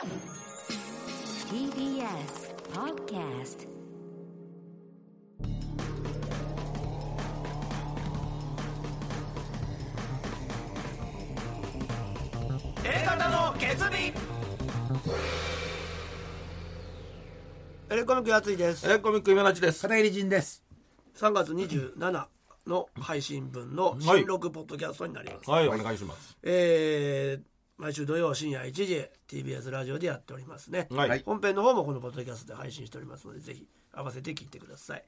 TBS Podcast。 A型の決意。エレコミックやついです。 エレコミック今立ちです。 片桐仁です。 3月27の配信分の新録ポッドキャストになります。 はい、お願いします。 毎週土曜深夜1時 TBS ラジオでやっておりますね、 はい、 本編の方もこのポッドキャストで配信しておりますのでぜひ合わせて聞いてください、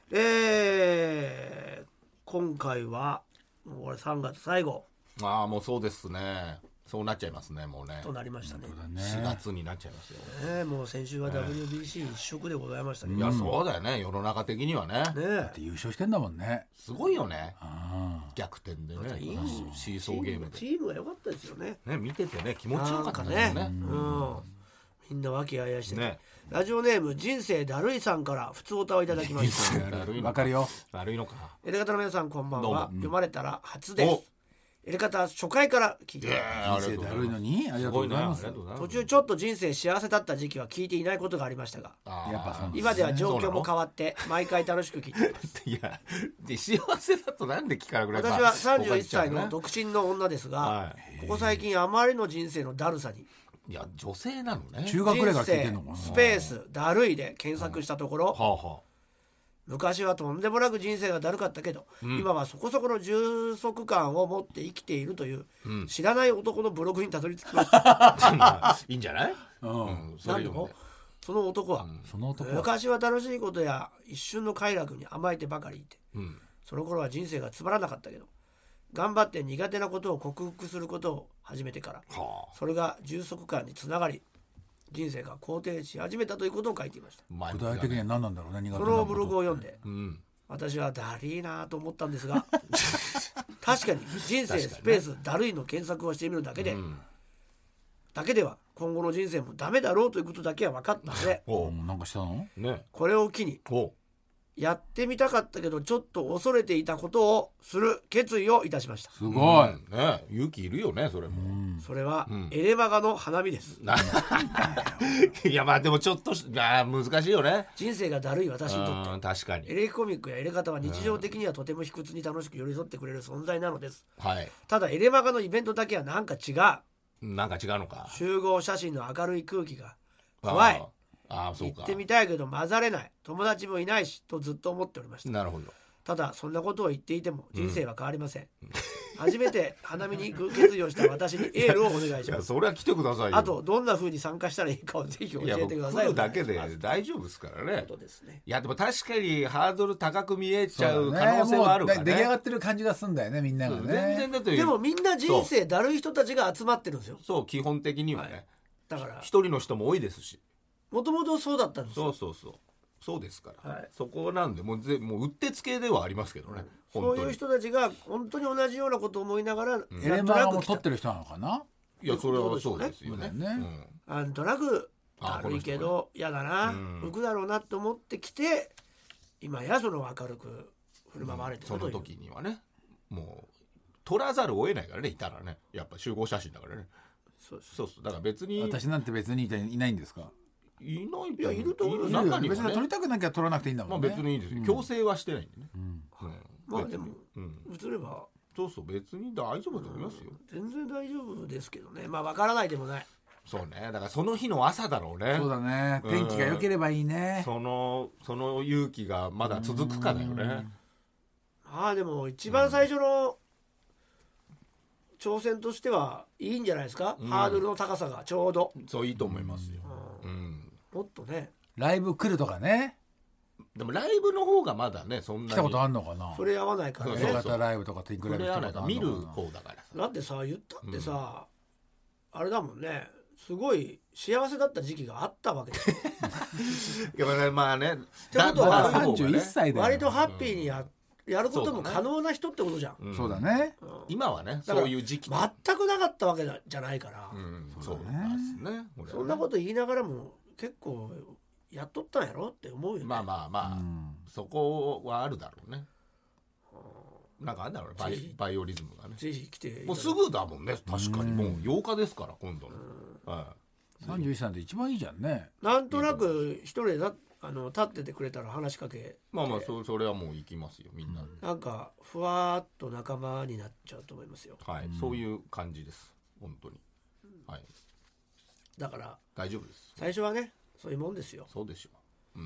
今回はもうこれ3月最後ああ、もうそうですね。そうなっちゃいますね、もうね。 となりましたね。 4月になっちゃいますよ。 もう先週は WBC 一色でございましたけど、 いや、そうだよね、世の中的にはね。 だって優勝してんだもんね。 すごいよね。逆転でね、シーソーゲームで。 チームが良かったですよね。 見ててね、気持ちよかったですね。 みんな和気あいあいしてて、ラジオネーム人生だるいさんから普通おたをいただきました。 わかるよ。 悪いのか。 エレガタの皆さんこんばんは。読まれたら初です。エレカタ初回から聞いて人生だるいのにありがとうございます。 途中ちょっと人生幸せだった時期は聞いていないことがありましたが、 やっぱそうですね、 今では状況も変わって毎回楽しく聞いていますいやで幸せだとなんで聞かなくなる。 私は31歳の独身の女ですが、ここ最近あまりの人生のだるさに、 いや女性なのね。 中学ぐらいから聞いてんのかな。 スペースだるいで検索したところ、昔はとんでもなく人生がだるかったけど、今はそこそこの充足感を持って生きているという、知らない男のブログにたどり着きましたいいんじゃない。 なんでもその男は、昔は楽しいことや一瞬の快楽に甘えてばかりいて、その頃は人生がつまらなかったけど、頑張って苦手なことを克服することを始めてから、それが充足感につながり人生が肯定し始めたということを書いていました。 具体的には何なんだろうね。 そのブログを読んで、私はだりーなと思ったんですが確かに人生スペースだるいの検索をしてみるだけで、は今後の人生もダメだろうということだけは分かったので、 なんかしたの？ これを機にやってみたかったけどちょっと恐れていたことをする決意をいたしました。 すごい、 勇気いるよね、それも。 それは、エレマガの花見です。 いや、まあでもちょっと難しいよね、 人生がだるい私にとって。 確かにエレコミックやエレカタは日常的にはとても卑屈に楽しく寄り添ってくれる存在なのです、ただエレマガのイベントだけはなんか違う。 なんか違うのか。 集合写真の明るい空気が怖い。 そうか。 行ってみたいけど混ざれない、友達もいないしとずっと思っておりました。 なるほど。 ただそんなことを言っていても人生は変わりません、初めて花見に行く決意をした私にエールをお願いします。 いや、それは来てくださいよ。 あとどんな風に参加したらいいかをぜひ教えてください。 来るだけで大丈夫ですからね。いやでも確かにハードル高く見えちゃう可能性はあるからね。 出来上がってる感じがするんだよね、みんながね。 全然だって。 でもみんな人生だるい人たちが集まってるんですよ。 そう、基本的にはね、 だから一人の人も多いですし、 もともとそうだったんですよ。 そうですから、そこなんでもううってつけではありますけどね、 そういう人たちが本当に同じようなことを思いながら、 エレマガも撮ってる人なのかな。 いや、それはそうですよね。 なんとなくだるいけど嫌だな、浮くだろうなと思ってきて、今やその明るく振る舞われてるという、 その時にはね、もう撮らざるを得ないからね、いたらね、やっぱ集合写真だからね。そうだから別に私なんて別にいないんですか。 いない。 いや、いると思います。 別に撮りたくなきゃ撮らなくていいんだもんね。 別にいいですよ、強制はしてないんでね。 まあでも映れば別に大丈夫だと思いますよ。 全然大丈夫ですけどね。まあ分からないでもない。 そうね、だからその日の朝だろうね。 そうだね、天気が良ければいいね。 その勇気がまだ続くかだよね。 でも一番最初の挑戦としてはいいんじゃないですか、ハードルの高さがちょうど。 そう、いいと思いますよ。 もっとね、 ライブ来るとかね。 でもライブの方がまだね、そんなに来たことあんのかな。 それ合わないからね。 大型ライブとかティンクライブ来たことあんのかな。 見る方だからさ。 だってさ、言ったってさ、あれだもんね、すごい幸せだった時期があったわけですよ。 いや、まあね、 ってことは 31歳で割とハッピーにやることも可能な人ってことじゃん。 そうだね。 今はね、そういう時期全くなかったわけじゃないから、 そうですね。 そんなこと言いながらも結構やっとったんやろって思うよね。 まあ、そこはあるだろうね。なんかあんだろうね、バイオリズムがね。 ぜひ来て。 もうすぐだもんね、確かに。もう8日ですから、今度の。 31歳で一番いいじゃんね。 なんとなく一人で立っててくれたら話しかけ、 まあそれはもう行きますよみんな、 なんかふわーっと仲間になっちゃうと思いますよ。 はい、そういう感じです本当に、はい、 だから大丈夫です。 最初はねそういうもんですよ。 そうでしょう。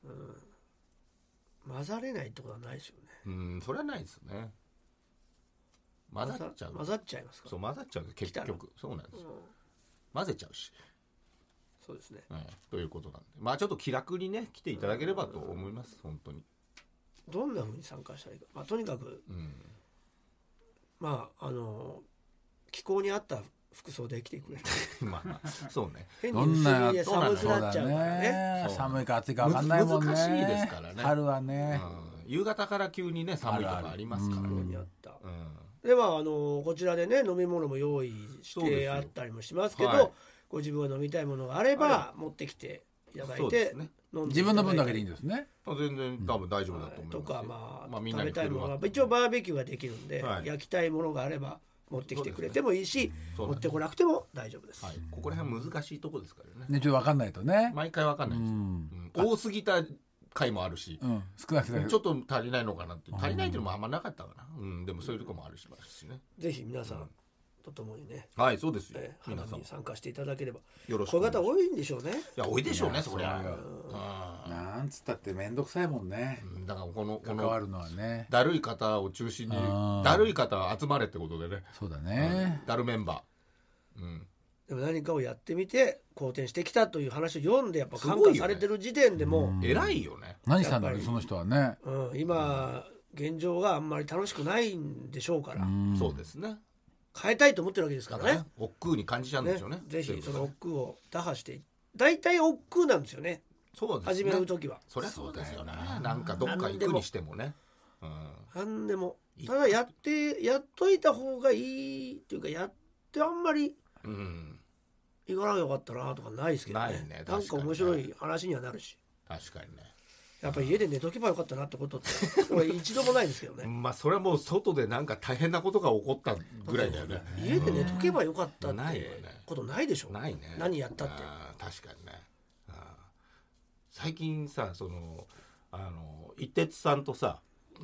混ざれないってことはないですよね。 それはないですね。混ざっちゃう。 混ざっちゃいますか。 そう混ざっちゃう結局そうなんですよ、混ぜちゃうし。 そうですね、 ということなんで、まあちょっと気楽にね来ていただければと思います本当に。 どんな風に参加したらいいか、まあ、とにかく、まあ気候に合った服装で来てくれるまあそうね。 変に薄着で寒くなっちゃうからね。 寒いか暑いか分かんないもんね。 難しいですからね。 春はね、 夕方から急にね寒いとかありますからね。 ではこちらでね飲み物も用意してあったりもしますけど、ご自分が飲みたいものがあれば持ってきていただいて飲んでいただいて、 自分の分だけでいいんですね。 全然多分大丈夫だと思います。 とかまあみんな食べたいものが一応バーベキューができるんで、焼きたいものがあれば持ってきてくれてもいいし、持ってこなくても大丈夫です。 ここら辺難しいとこですからね。 ちょっと分かんないとね。 毎回分かんないですよ。多すぎた回もあるし、 少なくてちょっと足りないのかなって、足りないっていうのもあんまなかったかな。でもそういうとこもあるしね。 ぜひ皆さんとともにね、 はいそうですよ。 花見に参加していただければ。 よろしく。 こういう方多いんでしょうね。 いや多いでしょうねそりゃ。 なんつったって面倒くさいもんね。 だからこの関わるのはね。 だるい方を中心にだるい方は集まれってことでね。 そうだね。 だるメンバー。 でも何かをやってみて好転してきたという話を読んでやっぱ感化されてる時点でも偉いよね。 何したんだろうその人はね。 今現状があんまり楽しくないんでしょうから。 そうですね。 変えたいと思ってるわけですからね。 億劫に感じちゃうんでしょうね。 ぜひその億劫を打破して、大体億劫なんですよね。 そうですね。 始める時は。 そりゃそうですよね。なんかどっか行くにしてもね。 なんでもただやっといた方がいいっていうか、やってあんまり行かなきゃよかったなとかないですけどね。ないね。なんか面白い話にはなるし。 確かにね。 やっぱり家で寝とけばよかったなってことって俺一度もないんですけどね。 まあそれはもう外でなんか大変なことが起こったぐらいだよね。 家で寝とけばよかったってことないでしょ。 ないね。 何やったって。 確かにね。最近さ一徹さんとさ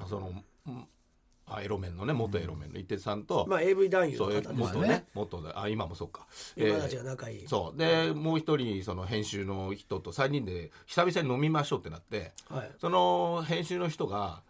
エロメンのね元エロメンの一徹さんと、 AV 男優の方ですね。 元で今もそうか。 今たちが仲いい。 そうでもう一人その編集の人と3人で久々に飲みましょうってなって、その編集の人が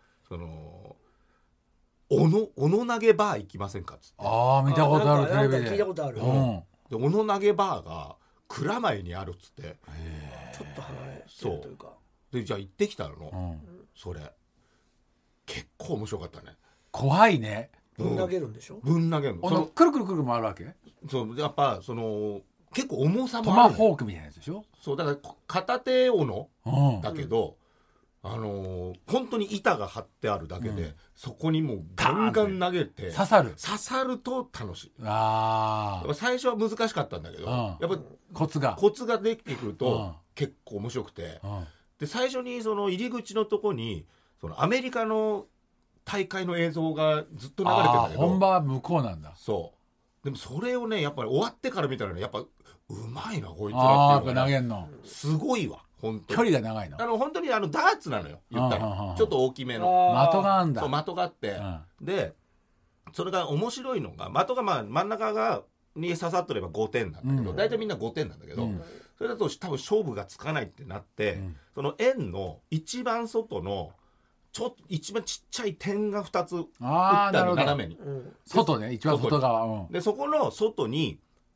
おの投げバー行きませんかっつって。 見たことあるテレビで聞いたことある。 でおの投げバーが蔵前にあるっつって、 ちょっと離れてるというか。 でじゃあ行ってきたの。それ結構面白かったね。 怖いね。 ぶん投げるんでしょ。 ぶん投げるの。くるくるくる回るわけ。 そうやっぱ結構重さもトマホークみたいなやつでしょ。 そうだから片手斧だけど、本当に板が張ってあるだけで、そこにもうガンガン投げて刺さると楽しい。 ああ最初は難しかったんだけど、やっぱコツができてくると結構面白くて、で最初にその入り口のとこにそのアメリカの大会の映像がずっと流れてるんだけど、 本場は向こうなんだ。 そうでもそれをねやっぱり終わってから見たらねやっぱうまいなこいつらっていうのが、 投げんのすごいわ本当に。距離が長いの。 本当にダーツなのよ言ったら、ちょっと大きめの的があんだ。 そう的があって、でそれが面白いのが的が真ん中に刺さっとれば5点なんだけど、大体みんな5点なんだけど、それだと多分勝負がつかないってなって、その円の一番外の一番ちっちゃい点が2つ打ったの斜めに、 外ね、一番外側、 でそこの外に、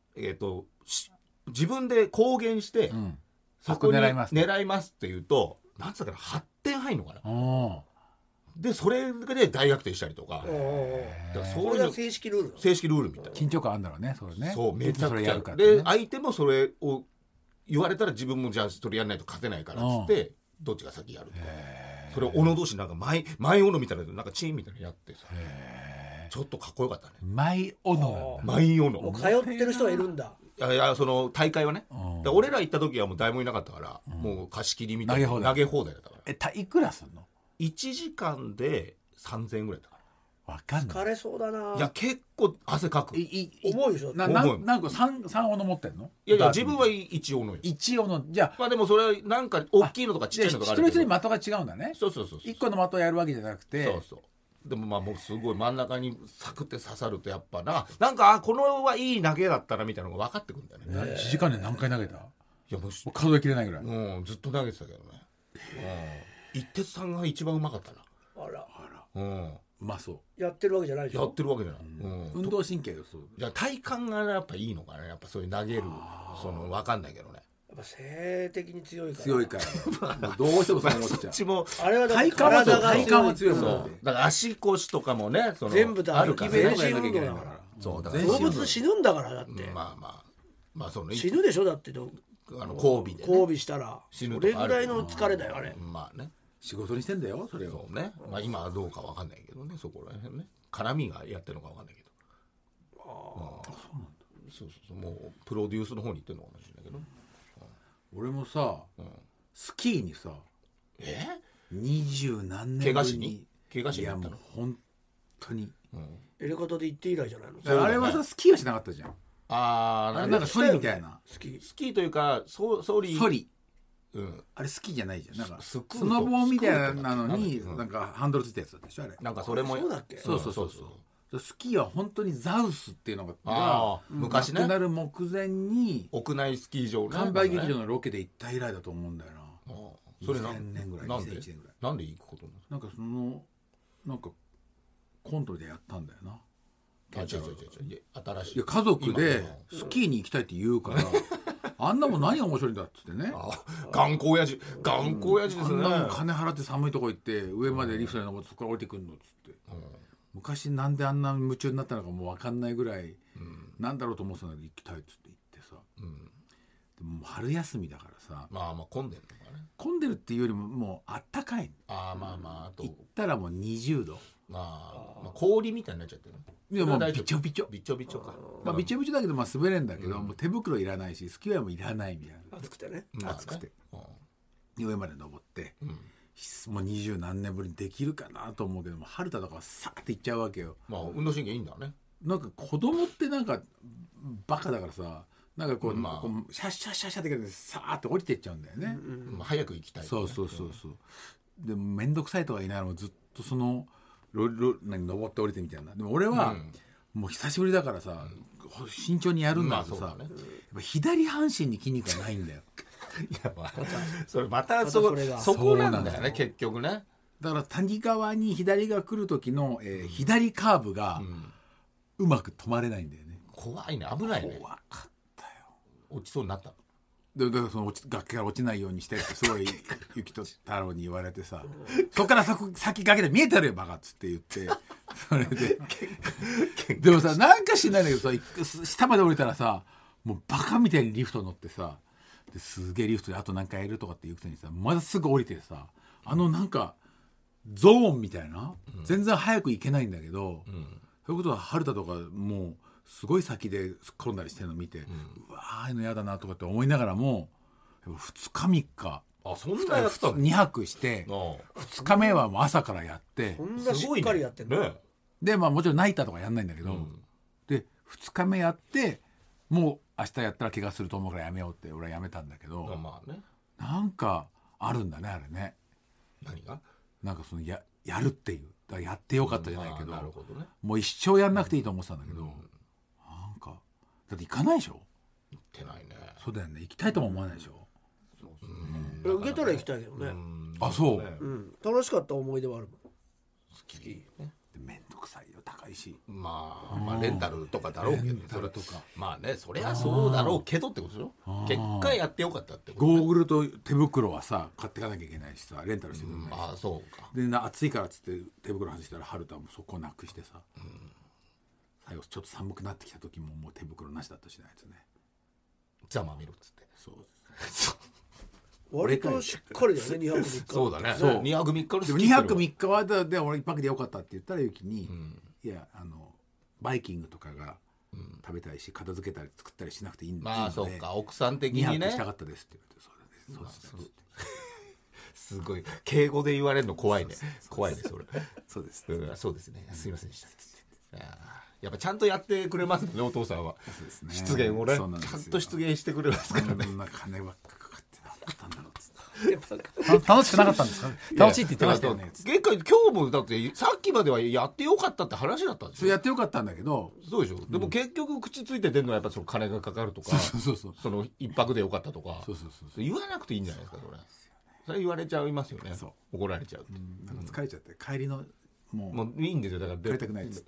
自分で公言して、そこに狙いますっていうとなんつったかな8点入るのかな。でそれで大逆転したりとか、 それが正式ルールみたいな。 緊張感あるんだろうねそれね。 そうめちゃくちゃで相手もそれを言われたら自分もじゃあそれやらないと勝てないからっつってどっちが先やると。それを斧同士なんか前斧みたいななんかチーンみたいなのやってさ、ちょっとかっこよかったね。 前斧なんだ。前斧。 もう通ってる人がいるんだ。 いやその大会はね。俺ら行った時はもう誰もいなかったから、もう貸し切りみたいな投げ放題だったから。 いくらすんの？ 1時間で3000円ぐらいだかわかんない。 疲れそうだな。 いや結構汗かく。 重いでしょ。 何個3斧持ってんの？ いや自分は1斧よ。 1斧。じゃあまあでもそれはなんか大きいのとかちっちゃいのとかあるけど、 一人一人的が違うんだね。 そう 1個の的をやるわけじゃなくて、 そうでもまあもうすごい真ん中にサクって刺さるとやっぱなんかこのはいい投げだったなみたいなのが分かってくるんだよね。 1時間で何回投げた？いやもう数えきれないぐらい。 ずっと投げてたけどね。一徹さんが一番うまかったな。 あらうまそう。 やってるわけじゃないでしょ。 やってるわけじゃない。 運動神経がそう。 じゃ体幹がやっぱいいのかな。やっぱそういう投げる分かんないけどね。 やっぱ性的に強いから。 どうしてもそう思っちゃう。 そっちもあれは体幹は強いもん。 だから足腰とかもね、 全部だ。 あるからね。運動だから。 そうだ。 動物死ぬんだからだって。 まあその死ぬでしょだって。交尾したらそれぐらいの疲れだよあれ。 まあね。 仕事にしてんだよそれを。 そうね。まあ今はどうかわかんないけどね、そこら辺ね。絡みがやってるのかわかんないけど。そうなんだ。そうもうプロデュースの方に行ってるのかもしれないけど。 俺もさ、スキーにさ、20何年ぶりに怪我しに行ったの。 いやもう本当に。 エレカタで行って以来じゃないの。 あれはさスキーはしなかったじゃん。なんかソリみたいな。 スキーというかソリ。 あれスキーじゃないじゃん。なんかスノボーみたいなのになんかハンドルついたやつだったでしょあれ。 なんかそれもそうだっけ。 そうスキーは本当にザウスっていうのが昔ねなくなる目前に屋内スキー場ね完売劇場のロケで行った以来だと思うんだよな。 それ 2000年ぐらいなんで 2001年ぐらいなんで行くことなんかなんかコントでやったんだよな。 違う新しい。 いや家族でスキーに行きたいって言うからあんなもん何が面白いんだっつってね。 頑固親父ですね。 あんなもん金払って寒いとこ行って上までリフトに登ってそこから降りてくるのっつって、昔なんであんな夢中になったのかもう分かんないぐらい、なんだろうと思ってたのに行きたいっつって行ってさ、でも春休みだからさ、 まあ混んでるのかね。 混んでるっていうよりももうあったかい。 あと行ったらもう20度。 氷みたいになっちゃってる。 いやもうビチョビチョビチョビチョか。 ビチョビチョだけど滑れんだけど、もう手袋いらないしスキーウェアもいらないみたいな。 暑くてね。 暑くて。上まで登って、もう20何年ぶりにできるかなと思うけども、春田とかはさーって行っちゃうわけよ。 運動神経いいんだね。 なんか子供ってなんかバカだからさ、なんかこうシャッシャッシャッシャッってさーって降りていっちゃうんだよね。 早く行きたい。 そう。でも面倒くさいとか言いながらもずっとその登って降りてみたいな。でも俺はもう久しぶりだからさ、慎重にやるんだけどさ、やっぱ左半身に筋肉がないんだよ。 いやそれまたそこなんだよね結局ね。 だから谷川に左が来る時の、左カーブがうまく止まれないんだよね。 怖いね、危ないね。 怖かったよ。 落ちそうになった。 だからその崖から落ちないようにしてってすごい雪と太郎に言われてさ、そっから先崖で見えてるよバカっつって言って、それででもさなんか知んないんだけどさ、下まで降りたらさもうバカみたいにリフト乗ってさ、ですげえリフトであと何回やるとかって言うくせにさ、まだすぐ降りてさ、なんかゾーンみたいな、全然早く行けないんだけど、そういうことは春田とかもうすごい先で転んだりしてるの見て、うわーああいうの嫌だなとかって思いながらも、2日3日そんなやったの 2泊して2日目はもう朝からやって、 そんなしっかりやってんの。 でもちろんナイターとかやんないんだけど、で2日目やってもう明日やったら怪我すると思うからやめようって俺はやめたんだけど、なんかあるんだねあれね。 何がなんかそのやるっていう、だからやってよかったじゃないけど、 なるほどね、 もう一生やんなくていいと思ってたんだけど、なんかだって行かないでしょ。 行ってないね。 そうだよね、行きたいとも思わないでしょ。 受けたら行きたいけどね。 あ、そう、 楽しかった思い出はあるもん。好きね。めんどくさいよ、高いし。 まあレンタルとかだろうけど、 レンタルとかまあね、そりゃそうだろうけどってことでしょ。結果やってよかったってこと、 ゴーグルと手袋はさ買っていかなきゃいけないしさ、レンタルしてくれないし、 あ、そうか。 で暑いからっつって手袋外したら春田もそこなくしてさ、最後ちょっと寒くなってきた時ももう手袋なしだったしな、あいつね。 ざまみろっつって。 そう割としっかりだよね、2泊3日。 そうだね。そう、2泊3日のでも2泊3日はで俺1泊でよかったって言ったらゆきに、いやバイキングとかが食べたいし片付けたり作ったりしなくていいんで、 まあそうか、奥さん的にね 2泊したかったですって言われて、そうですすごい敬語で言われるの怖いね。怖いねそれ。 そうです。 そうですね。すいませんでした。やっぱちゃんとやってくれますねお父さんは。 そうですね。 出現をね、ちゃんんと出現してくれますからね。 こんな金ばっかかかってなかったんだろうっつって。 楽しくなかったんですか？楽しいって言ってましたよね。 結構今日もだってさっきまではやってよかったって話だったんですよ。 やってよかったんだけど、 そうでしょ。でも結局口ついて出るのはやっぱその金がかかるとか、その一泊でよかったとか、言わなくていいんじゃないですかそれ。それ言われちゃいますよね。怒られちゃう。 なんか疲れちゃって帰りのもういいんですよだから帰りたくないっつって。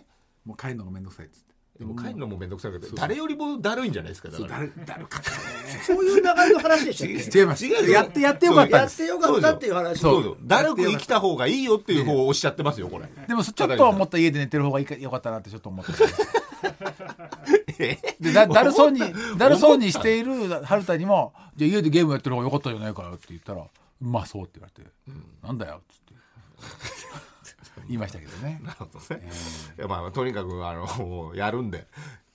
もう帰るのがめんどくさいっつって。 でも帰るのもめんどくさいけど誰よりもだるいんじゃないですか。だからだるかったね。 そういう流れの話でしたっけ？ 違います。やってよかったんです。 やってよかったっていう話。 そうだるく生きた方がいいよっていう方をおっしゃってますよこれ。 でもちょっと思った家で寝てる方がよかったなってちょっと思ってでだるそうにしている春田にもじゃあ家でゲームやってる方がよかったじゃないかよって言ったらまあそうって言われて、なんだよっつって言いましたけどね。 なるほどね。まあとにかくやるんで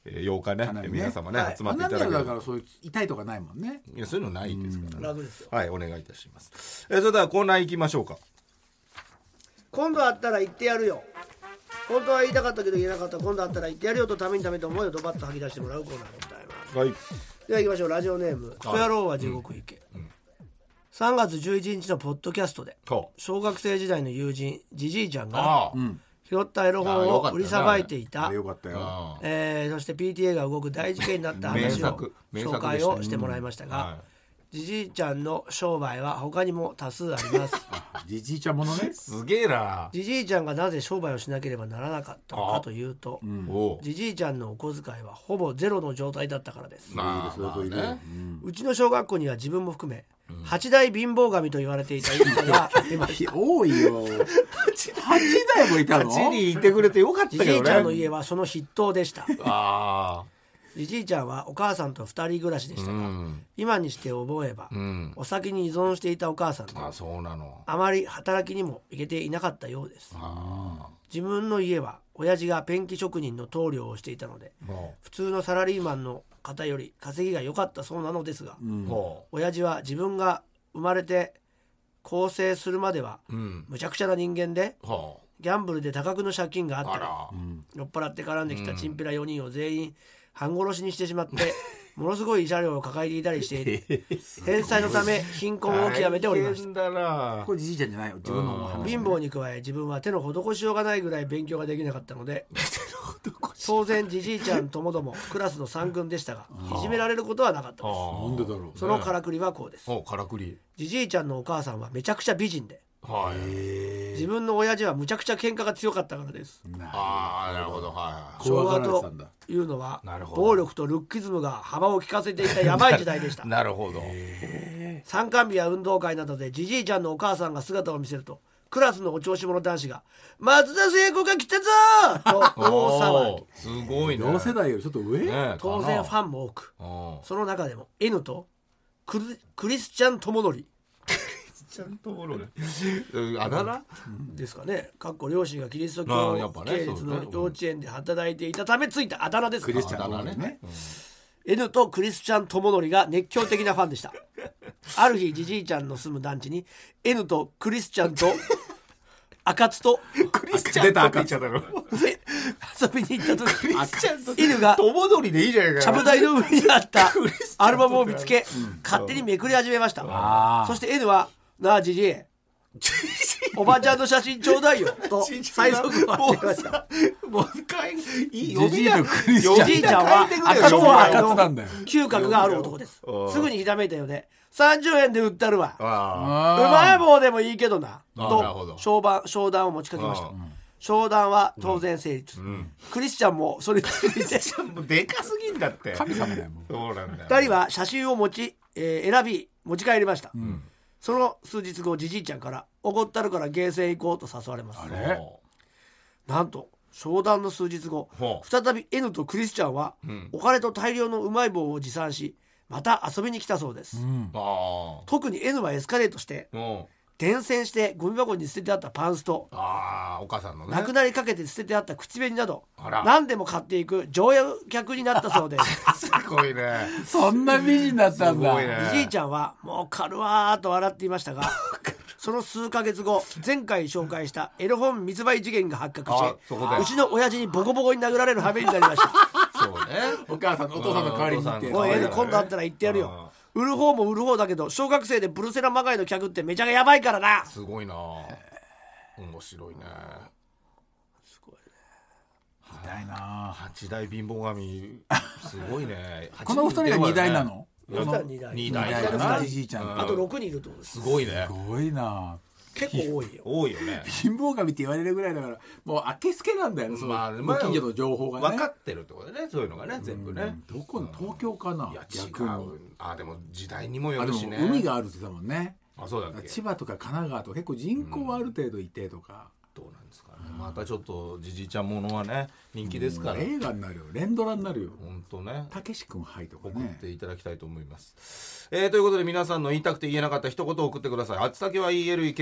8日ね皆様ね集まっていただける。 だからそういう痛いとかないもんね。 いやそういうのないですから。 楽ですよ。 はい、お願いいたします。それではコーナー行きましょうか。 今度会ったら言ってやるよ。本当は言いたかったけど言えなかった。今度会ったら言ってやるよとためにためて思いをドバッと吐き出してもらうコーナーでございます。 はい。 では行きましょう。ラジオネームクソ野郎は地獄行け。3月11日のポッドキャストで小学生時代の友人じじいちゃんが拾ったエロ本を売りさばいていた。 よかったよ。 そして PTA が動く大事件になった話を紹介をしてもらいましたが、じじいちゃんの商売は他にも多数あります。 じじいちゃんものね。 すげえな。 じじいちゃんがなぜ商売をしなければならなかったのかというと、じじいちゃんのお小遣いはほぼゼロの状態だったからです。うちの小学校には自分も含め8代貧乏神と言われていた一家がいました。 多いよ。8代もいたの ？8人いてくれてよかったけどね。 じじいちゃんの家はその筆頭でした。じじいちゃんはお母さんと2人暮らしでしたが、今にして思えば、お酒に依存していたお母さんで、あまり働きにも行けていなかったようです。自分の家は親父がペンキ職人の棟梁をしていたので、普通のサラリーマンの方より稼ぎが良かったそうなのですが、親父は自分が生まれて更生するまでは、むちゃくちゃな人間で、ギャンブルで多額の借金があったり、酔っ払って絡んできたチンピラ4人を全員半殺しにしてしまってものすごい慰謝料を抱えていたりして返済のため貧困を極めておりました。 これじじいちゃんじゃないよ、自分の話。 貧乏に加え自分は手の施しようがないぐらい勉強ができなかったので当然じじいちゃんともどもクラスの3軍でしたがいじめられることはなかったです。 なんでだろう。 そのからくりはこうです。じじいちゃんのお母さんはめちゃくちゃ美人で、自分の親父はむちゃくちゃ喧嘩が強かったからです。 なるほど。 昭和というのは暴力とルッキズムが幅を利かせていたやばい時代でした。 なるほど。 参観日や運動会などでじじいちゃんのお母さんが姿を見せるとクラスのお調子者男子が松田聖子が来たぞと大騒ぎ。 すごいね。 同世代よりちょっと上、 当然ファンも多く、その中でも N とクリスチャン友則あだ名ですかね。かっこ両親がキリスト教系列の幼稚園で働いていたためついたあだ名です。 クリスチャン友則ね。 N とクリスチャン友則が熱狂的なファンでした。ある日じじいちゃんの住む団地に N とクリスチャンと赤津とクリスチャンとって言っちゃったの遊びに行った時N が友則でいいじゃないか。 ちゃぶ台の上にあったアルバムを見つけ勝手にめくり始めました。そして N はなあじじいおばちゃんの写真ちょうだいよと最速を当てました。 もう一回いいじじいとクリスチャン。 じじいちゃんは超赤津なんだよ。 嗅覚がある男です。すぐにひらめいたようで30円で売ったるわ、うまい棒でもいいけどなと商談を持ちかけました。商談は当然成立、クリスチャンもそれについてもうでかすぎんだって。 神様だよ。 そうなんだよ。 2人は写真を選び持ち帰りました。その数日後じじいちゃんからおごったるからゲーセン行こうと誘われます。なんと商談の数日後再び N とクリスチャンはお金と大量のうまい棒を持参しまた遊びに来たそうです。特に N はエスカレートして伝染してゴミ箱に捨ててあったパンスト、 お母さんのね、 なくなりかけて捨ててあった口紅などあら何でも買っていく常客になったそうですすごいねそんな美人だったんだ。 すごいねじいちゃんはもう狩るわーと笑っていましたがその数ヶ月後、前回紹介したエロ本密売事件が発覚し、 そこでうちの親父にボコボコに殴られる羽目になりましたそうねお母さんのお父さんの代わりに言ってもう今度あったら言ってやるよ。売る方も売る方だけど小学生でブルセラまがいの客ってめちゃがやばいからな。 すごいな、面白いね。 すごいね。 みたいな。 八大貧乏神すごいねこの二人が2代なの？ この人は2代二代だな、じいちゃんあと6人いるってことです。 すごいね、 すごいな。 結構多いよ。 多いよね。 貧乏神って言われるぐらいだからもうあけすけなんだよね、そのご近所の情報がね分かってるってことだね、そういうのがね全部ね。 どこの東京かな。 いや逆にでも時代にもよるしね。 でも海があるって言ってたもんね。 そうだっけ。 千葉とか神奈川とか結構人口はある程度いてとか、 どうなんですかね。またちょっとじじいちゃんものはね人気ですから、 映画になるよ、連ドラになるよ。 本当ね、 たけし君はいとか送っね。 ていただきたいと思います。ということで皆さんの言いたくて言えなかった一言を送ってください。あつ先は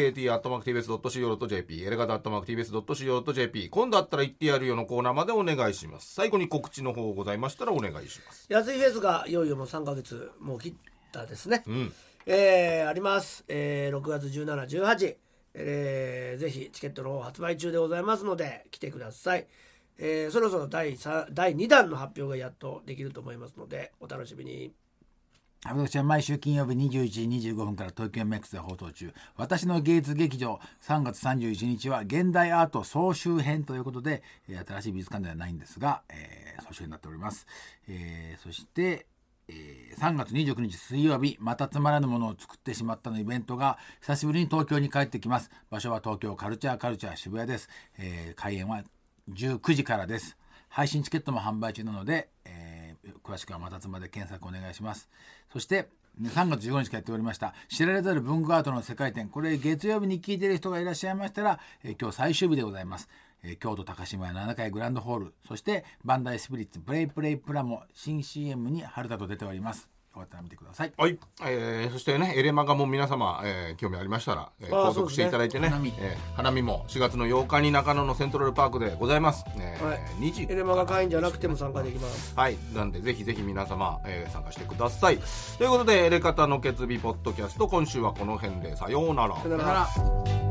elekt@tbs.co.jp、エレガタ @tbs.co.jp、今度あったら言ってやるよのコーナーまでお願いします。最後に告知の方ございましたらお願いします。 安いフェスがいよいよもう3ヶ月もう切ったですね。あります、6月17、18、ぜひチケットの方発売中でございますので来てください。そろそろ第2弾の発表がやっとできると思いますのでお楽しみに。 私は毎週金曜日21時25分から東京 MX で放送中、私の芸術劇場3月31日は現代アート総集編ということで、新しい美術館ではないんですが、総集編になっております。そして3月29日水曜日、またつまらぬものを作ってしまったのイベントが久しぶりに東京に帰ってきます。場所は東京カルチャー渋谷です。開演は19時からです。配信チケットも販売中なので、詳しくはまたつまで検索お願いします。そして3月15日からやっておりました知られざる文具アートの世界展、これ月曜日に聞いている人がいらっしゃいましたら、今日最終日でございます。京都高島屋7階グランドホール、そしてバンダイスピリッツプレイプラも新 CM に春田と出ております。よかったら見てください。 はい、そしてねエレマガも皆様、興味ありましたら、購読していただいてね、花見も4月の8日に中野のセントラルパークでございます。2時エレマガ会員じゃなくても参加できます。 はい、なんでぜひぜひ皆様、参加してください。ということでエレカタの決意ポッドキャスト、今週はこの辺でさようなら。 さようなら。